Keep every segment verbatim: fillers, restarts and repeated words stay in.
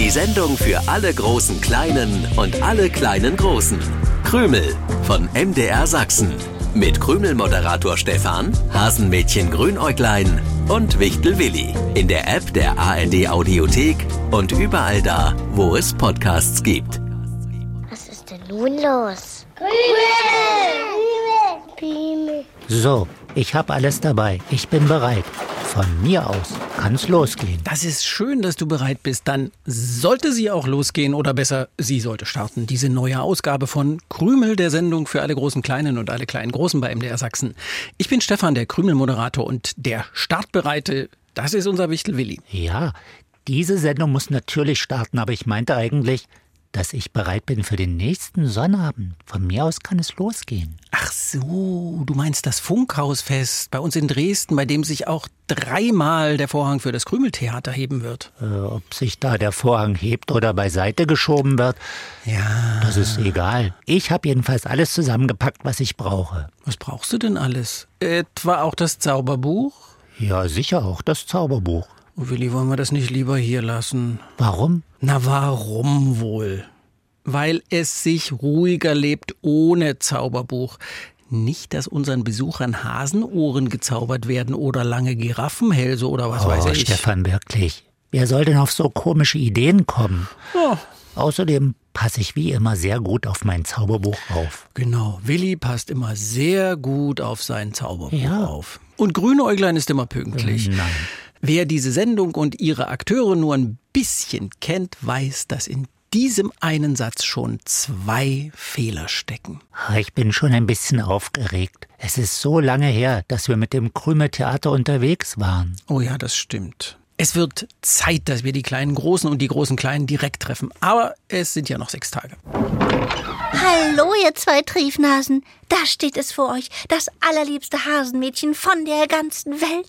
Die Sendung für alle großen Kleinen und alle kleinen Großen. Krümel von M D R Sachsen. Mit Krümel-Moderator Stefan, Hasenmädchen Grünäuglein und Wichtel Willi. In der App der A R D Audiothek und überall da, wo es Podcasts gibt. Was ist denn nun los? Krümel! Krümel! So, ich habe alles dabei. Ich bin bereit. Von mir aus kann's losgehen. Das ist schön, dass du bereit bist. Dann sollte sie auch losgehen oder besser, sie sollte starten. Diese neue Ausgabe von Krümel, der Sendung für alle großen Kleinen und alle kleinen Großen bei M D R Sachsen. Ich bin Stefan, der Krümel-Moderator, und der Startbereite, das ist unser Wichtel Willi. Ja, diese Sendung muss natürlich starten, aber ich meinte eigentlich, dass ich bereit bin für den nächsten Sonnabend. Von mir aus kann es losgehen. Ach so, du meinst das Funkhausfest bei uns in Dresden, bei dem sich auch dreimal der Vorhang für das Krümeltheater heben wird. Äh, ob sich da der Vorhang hebt oder beiseite geschoben wird, ja, das ist egal. Ich habe jedenfalls alles zusammengepackt, was ich brauche. Was brauchst du denn alles? Etwa auch das Zauberbuch? Ja, sicher auch das Zauberbuch. Oh, Willi, wollen wir das nicht lieber hier lassen? Warum? Na, warum wohl? Weil es sich ruhiger lebt ohne Zauberbuch. Nicht, dass unseren Besuchern Hasenohren gezaubert werden oder lange Giraffenhälse oder was oh, weiß ich. Stefan, wirklich. Wer soll denn auf so komische Ideen kommen? Oh. Außerdem passe ich wie immer sehr gut auf mein Zauberbuch auf. Genau, Willi passt immer sehr gut auf sein Zauberbuch ja. auf. Und Grünäuglein ist immer pünktlich. Äh, nein. Wer diese Sendung und ihre Akteure nur ein bisschen kennt, weiß, dass in diesem einen Satz schon zwei Fehler stecken. Ich bin schon ein bisschen aufgeregt. Es ist so lange her, dass wir mit dem Krümeltheater unterwegs waren. Oh ja, das stimmt. Es wird Zeit, dass wir die kleinen Großen und die großen Kleinen direkt treffen. Aber es sind ja noch sechs Tage. Hallo, ihr zwei Triefnasen. Da steht es vor euch, das allerliebste Hasenmädchen von der ganzen Welt.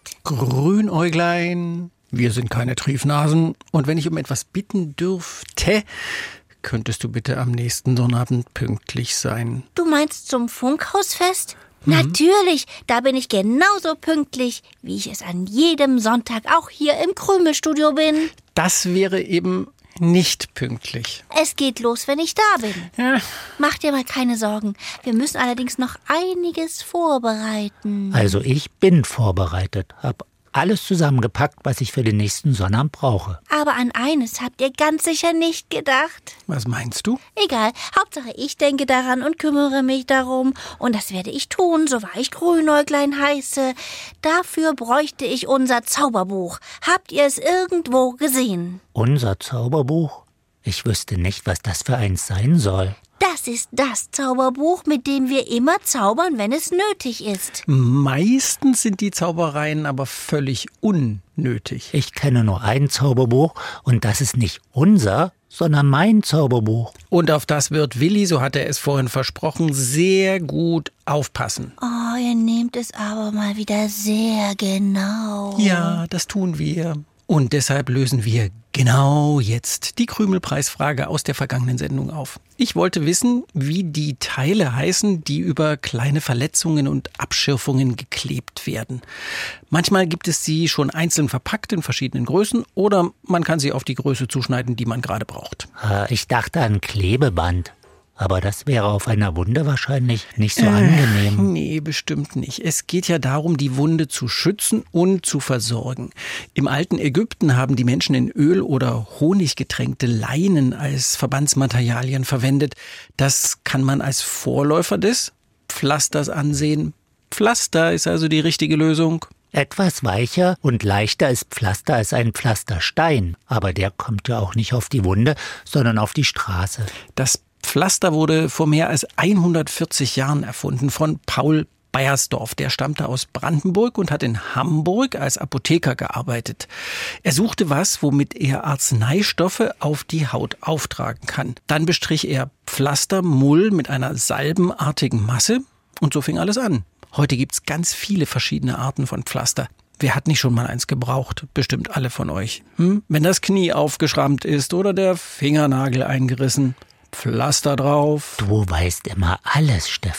Grünäuglein, wir sind keine Triefnasen. Und wenn ich um etwas bitten dürfte, könntest du bitte am nächsten Sonnabend pünktlich sein. Du meinst zum Funkhausfest? Mhm. Natürlich, da bin ich genauso pünktlich, wie ich es an jedem Sonntag auch hier im Krümelstudio bin. Das wäre eben nicht pünktlich. Es geht los, wenn ich da bin. Ja. Mach dir mal keine Sorgen. Wir müssen allerdings noch einiges vorbereiten. Also ich bin vorbereitet, hab alles zusammengepackt, was ich für den nächsten Sonnabend brauche. Aber an eines habt ihr ganz sicher nicht gedacht. Was meinst du? Egal, Hauptsache ich denke daran und kümmere mich darum. Und das werde ich tun, so wahr ich Grünäuglein heiße. Dafür bräuchte ich unser Zauberbuch. Habt ihr es irgendwo gesehen? Unser Zauberbuch? Ich wüsste nicht, was das für eins sein soll. Das ist das Zauberbuch, mit dem wir immer zaubern, wenn es nötig ist. Meistens sind die Zaubereien aber völlig unnötig. Ich kenne nur ein Zauberbuch und das ist nicht unser, sondern mein Zauberbuch. Und auf das wird Willi, so hat er es vorhin versprochen, sehr gut aufpassen. Oh, ihr nehmt es aber mal wieder sehr genau. Ja, das tun wir. Und deshalb lösen wir genau jetzt die Krümelpreisfrage aus der vergangenen Sendung auf. Ich wollte wissen, wie die Teile heißen, die über kleine Verletzungen und Abschürfungen geklebt werden. Manchmal gibt es sie schon einzeln verpackt in verschiedenen Größen oder man kann sie auf die Größe zuschneiden, die man gerade braucht. Ich dachte an Klebeband. Aber das wäre auf einer Wunde wahrscheinlich nicht so äh, angenehm. Nee, bestimmt nicht. Es geht ja darum, die Wunde zu schützen und zu versorgen. Im alten Ägypten haben die Menschen in Öl oder Honig getränkte Leinen als Verbandsmaterialien verwendet. Das kann man als Vorläufer des Pflasters ansehen. Pflaster ist also die richtige Lösung. Etwas weicher und leichter ist Pflaster als ein Pflasterstein. Aber der kommt ja auch nicht auf die Wunde, sondern auf die Straße. Das Pflaster wurde vor mehr als hundertvierzig Jahren erfunden von Paul Beiersdorf. Der stammte aus Brandenburg und hat in Hamburg als Apotheker gearbeitet. Er suchte was, womit er Arzneistoffe auf die Haut auftragen kann. Dann bestrich er Pflastermull mit einer salbenartigen Masse und so fing alles an. Heute gibt's ganz viele verschiedene Arten von Pflaster. Wer hat nicht schon mal eins gebraucht? Bestimmt alle von euch. Hm? Wenn das Knie aufgeschrammt ist oder der Fingernagel eingerissen. Pflaster drauf. Du weißt immer alles, Stefan.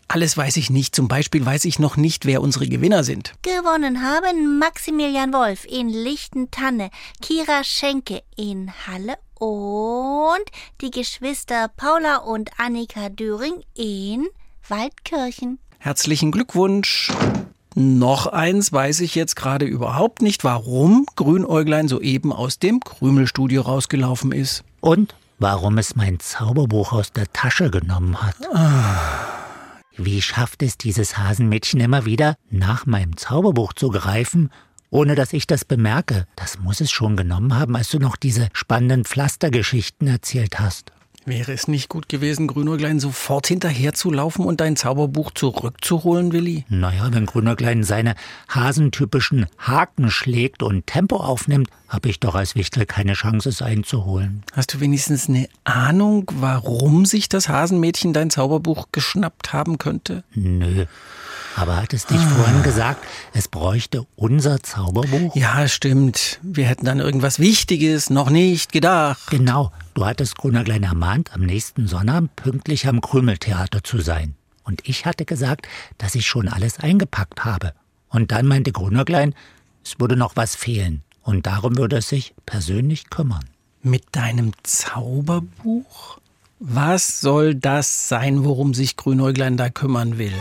alles weiß ich nicht. Zum Beispiel weiß ich noch nicht, wer unsere Gewinner sind. Gewonnen haben Maximilian Wolf in Lichtentanne, Kira Schenke in Halle und die Geschwister Paula und Annika Döring in Waldkirchen. Herzlichen Glückwunsch. Noch eins weiß ich jetzt gerade überhaupt nicht, warum Grünäuglein soeben aus dem Krümelstudio rausgelaufen ist. Und warum es mein Zauberbuch aus der Tasche genommen hat. Ah. Wie schafft es dieses Hasenmädchen immer wieder, nach meinem Zauberbuch zu greifen, ohne dass ich das bemerke? Das muss es schon genommen haben, als du noch diese spannenden Pflastergeschichten erzählt hast. Wäre es nicht gut gewesen, Grünäuglein sofort hinterher zu laufen und dein Zauberbuch zurückzuholen, Willi? Naja, wenn Grünäuglein seine hasentypischen Haken schlägt und Tempo aufnimmt, habe ich doch als Wichtel keine Chance, es einzuholen. Hast du wenigstens eine Ahnung, warum sich das Hasenmädchen dein Zauberbuch geschnappt haben könnte? Nö. Aber hattest dich ah. vorhin gesagt, es bräuchte unser Zauberbuch? Ja, stimmt. Wir hätten an irgendwas Wichtiges noch nicht gedacht. Genau. Du hattest Grünäuglein ermahnt, am nächsten Sonnabend pünktlich am Krümeltheater zu sein. Und ich hatte gesagt, dass ich schon alles eingepackt habe. Und dann meinte Grünäuglein, es würde noch was fehlen. Und darum würde es sich persönlich kümmern. Mit deinem Zauberbuch? Was soll das sein, worum sich Grünäuglein da kümmern will?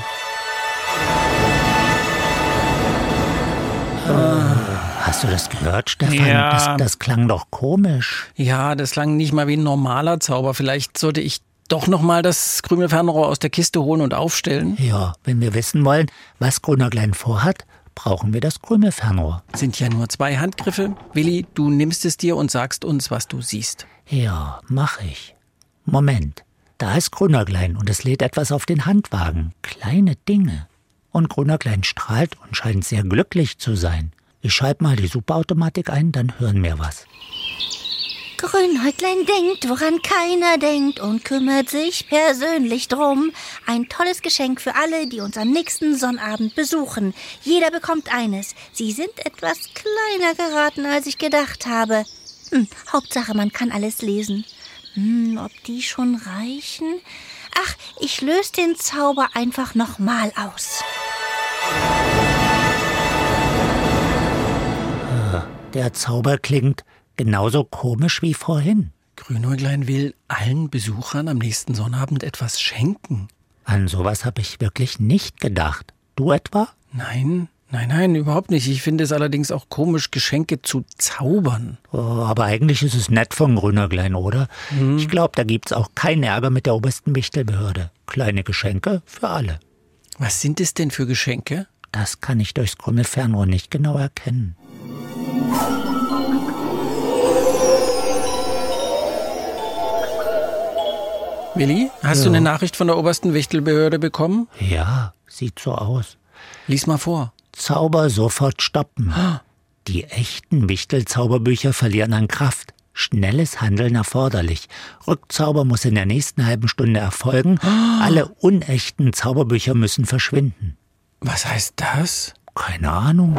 Hast du das gehört, Stefan? Ja. Das, das klang doch komisch. Ja, das klang nicht mal wie ein normaler Zauber. Vielleicht sollte ich doch noch mal das Krümelfernrohr aus der Kiste holen und aufstellen. Ja, wenn wir wissen wollen, was Grünäuglein vorhat, brauchen wir das Krümelfernrohr. Sind ja nur zwei Handgriffe. Willi, du nimmst es dir und sagst uns, was du siehst. Ja, mach ich. Moment, da ist Grünäuglein und es lädt etwas auf den Handwagen. Kleine Dinge. Und Grünäuglein strahlt und scheint sehr glücklich zu sein. Ich schalte mal die Superautomatik ein, dann hören wir was. Grünäuglein denkt, woran keiner denkt und kümmert sich persönlich drum. Ein tolles Geschenk für alle, die uns am nächsten Sonnabend besuchen. Jeder bekommt eines. Sie sind etwas kleiner geraten, als ich gedacht habe. Hm, Hauptsache, man kann alles lesen. Hm, ob die schon reichen? Ach, ich löse den Zauber einfach nochmal aus. Der Zauber klingt genauso komisch wie vorhin. Grünäuglein will allen Besuchern am nächsten Sonnabend etwas schenken. An sowas habe ich wirklich nicht gedacht. Du etwa? Nein, nein, nein, überhaupt nicht. Ich finde es allerdings auch komisch, Geschenke zu zaubern. Oh, aber eigentlich ist es nett von Grünäuglein, oder? Hm. Ich glaube, da gibt's auch keinen Ärger mit der obersten Wichtelbehörde. Kleine Geschenke für alle. Was sind es denn für Geschenke? Das kann ich durchs Krümelfernrohr nicht genau erkennen. Willi, hast ja. du eine Nachricht von der obersten Wichtelbehörde bekommen? Ja, sieht so aus. Lies mal vor. Zauber sofort stoppen. Ah. Die echten Wichtel-Zauberbücher verlieren an Kraft. Schnelles Handeln erforderlich. Rückzauber muss in der nächsten halben Stunde erfolgen. Ah. Alle unechten Zauberbücher müssen verschwinden. Was heißt das? Keine Ahnung.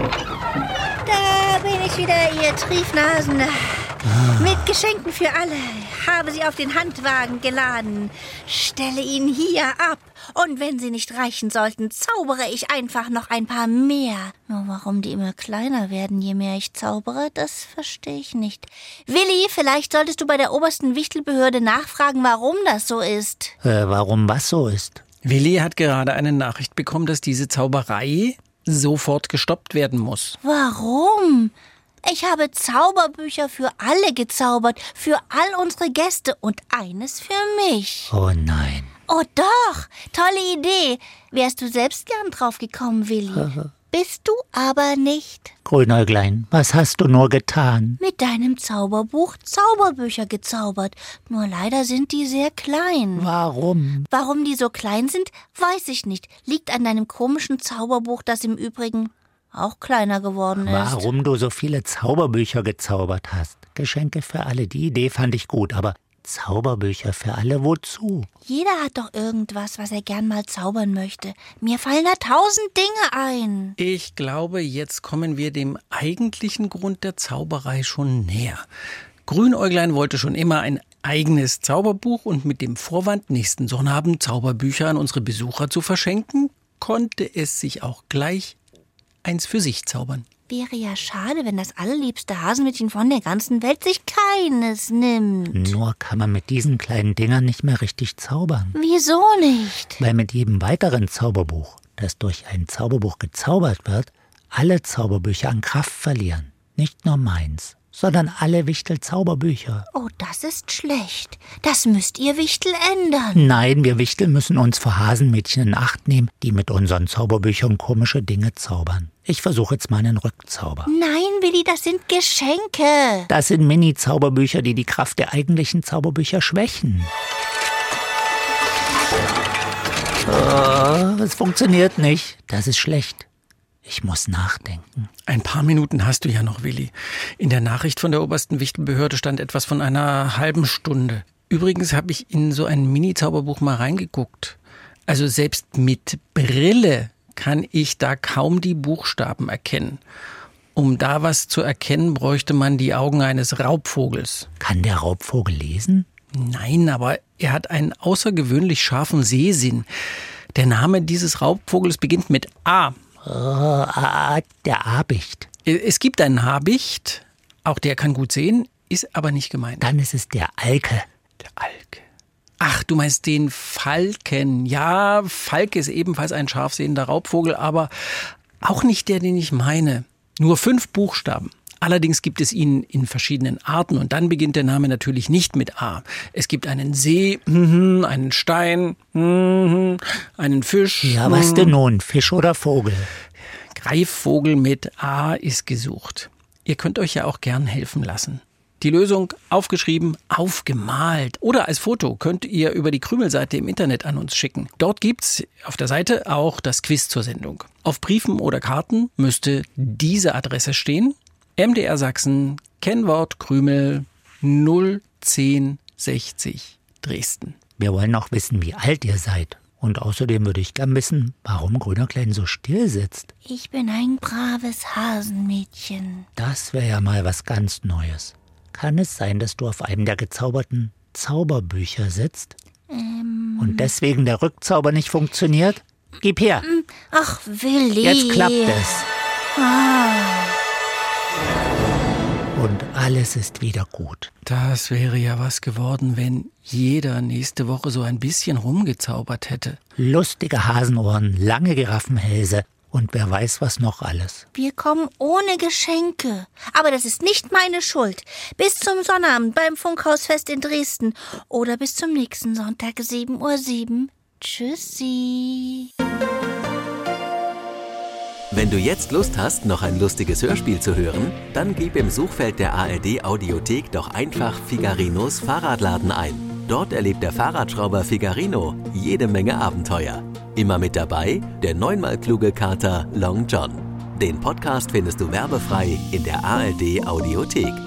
Da bin ich wieder, ihr Triefnasen. Ah. Mit Geschenken für alle. Habe sie auf den Handwagen geladen. Stelle ihn hier ab. Und wenn sie nicht reichen sollten, zaubere ich einfach noch ein paar mehr. Nur warum die immer kleiner werden, je mehr ich zaubere, das verstehe ich nicht. Willi, vielleicht solltest du bei der obersten Wichtelbehörde nachfragen, warum das so ist. Äh, warum was so ist? Willi hat gerade eine Nachricht bekommen, dass diese Zauberei sofort gestoppt werden muss. Warum? Ich habe Zauberbücher für alle gezaubert, für all unsere Gäste und eines für mich. Oh nein. Oh doch, tolle Idee. Wärst du selbst gern drauf gekommen, Willi? Bist du aber nicht. Grünäuglein, was hast du nur getan? Mit deinem Zauberbuch Zauberbücher gezaubert. Nur leider sind die sehr klein. Warum? Warum die so klein sind, weiß ich nicht. Liegt an deinem komischen Zauberbuch, das im Übrigen auch kleiner geworden ist. Warum du so viele Zauberbücher gezaubert hast. Geschenke für alle, die Idee fand ich gut, aber Zauberbücher für alle, wozu? Jeder hat doch irgendwas, was er gern mal zaubern möchte. Mir fallen da tausend Dinge ein. Ich glaube, jetzt kommen wir dem eigentlichen Grund der Zauberei schon näher. Grünäuglein wollte schon immer ein eigenes Zauberbuch und mit dem Vorwand, nächsten Sonnabend Zauberbücher an unsere Besucher zu verschenken, konnte es sich auch gleich eins für sich zaubern. Wäre ja schade, wenn das allerliebste Hasenmädchen von der ganzen Welt sich keines nimmt. Nur kann man mit diesen kleinen Dingern nicht mehr richtig zaubern. Wieso nicht? Weil mit jedem weiteren Zauberbuch, das durch ein Zauberbuch gezaubert wird, alle Zauberbücher an Kraft verlieren. Nicht nur meins, sondern alle Wichtel-Zauberbücher. Oh, das ist schlecht. Das müsst ihr Wichtel ändern. Nein, wir Wichtel müssen uns vor Hasenmädchen in Acht nehmen, die mit unseren Zauberbüchern komische Dinge zaubern. Ich versuche jetzt mal einen Rückzauber. Nein, Willi, das sind Geschenke. Das sind Mini-Zauberbücher, die die Kraft der eigentlichen Zauberbücher schwächen. Oh, es funktioniert nicht. Das ist schlecht. Ich muss nachdenken. Ein paar Minuten hast du ja noch, Willi. In der Nachricht von der obersten Wichtelbehörde stand etwas von einer halben Stunde. Übrigens habe ich in so ein Mini-Zauberbuch mal reingeguckt. Also selbst mit Brille kann ich da kaum die Buchstaben erkennen. Um da was zu erkennen, bräuchte man die Augen eines Raubvogels. Kann der Raubvogel lesen? Nein, aber er hat einen außergewöhnlich scharfen Sehsinn. Der Name dieses Raubvogels beginnt mit A. Oh, ah, der Habicht. Es gibt einen Habicht, auch der kann gut sehen, ist aber nicht gemeint. Dann ist es der Alke. Der Alke. Ach, du meinst den Falken. Ja, Falke ist ebenfalls ein scharfsehender Raubvogel, aber auch nicht der, den ich meine. Nur fünf Buchstaben. Allerdings gibt es ihn in verschiedenen Arten und dann beginnt der Name natürlich nicht mit A. Es gibt einen See, einen Stein, einen Fisch. Ja, was denn nun? Fisch oder Vogel? Greifvogel mit A ist gesucht. Ihr könnt euch ja auch gern helfen lassen. Die Lösung aufgeschrieben, aufgemalt oder als Foto könnt ihr über die Krümelseite im Internet an uns schicken. Dort gibt's auf der Seite auch das Quiz zur Sendung. Auf Briefen oder Karten müsste diese Adresse stehen. M D R Sachsen, Kennwort Krümel null zehn sechzig Dresden. Wir wollen auch wissen, wie alt ihr seid. Und außerdem würde ich gern wissen, warum Grünocklein so still sitzt. Ich bin ein braves Hasenmädchen. Das wäre ja mal was ganz Neues. Kann es sein, dass du auf einem der gezauberten Zauberbücher sitzt? Ähm. Und deswegen der Rückzauber nicht funktioniert? Gib her. Ach, Willi. Jetzt klappt es. Ah. Und alles ist wieder gut. Das wäre ja was geworden, wenn jeder nächste Woche so ein bisschen rumgezaubert hätte. Lustige Hasenohren, lange Giraffenhälse und wer weiß was noch alles. Wir kommen ohne Geschenke. Aber das ist nicht meine Schuld. Bis zum Sonnabend beim Funkhausfest in Dresden. Oder bis zum nächsten Sonntag, sieben Uhr sieben. Tschüssi. Wenn du jetzt Lust hast, noch ein lustiges Hörspiel zu hören, dann gib im Suchfeld der A R D-Audiothek doch einfach Figarinos Fahrradladen ein. Dort erlebt der Fahrradschrauber Figarino jede Menge Abenteuer. Immer mit dabei der neunmal kluge Kater Long John. Den Podcast findest du werbefrei in der A R D-Audiothek.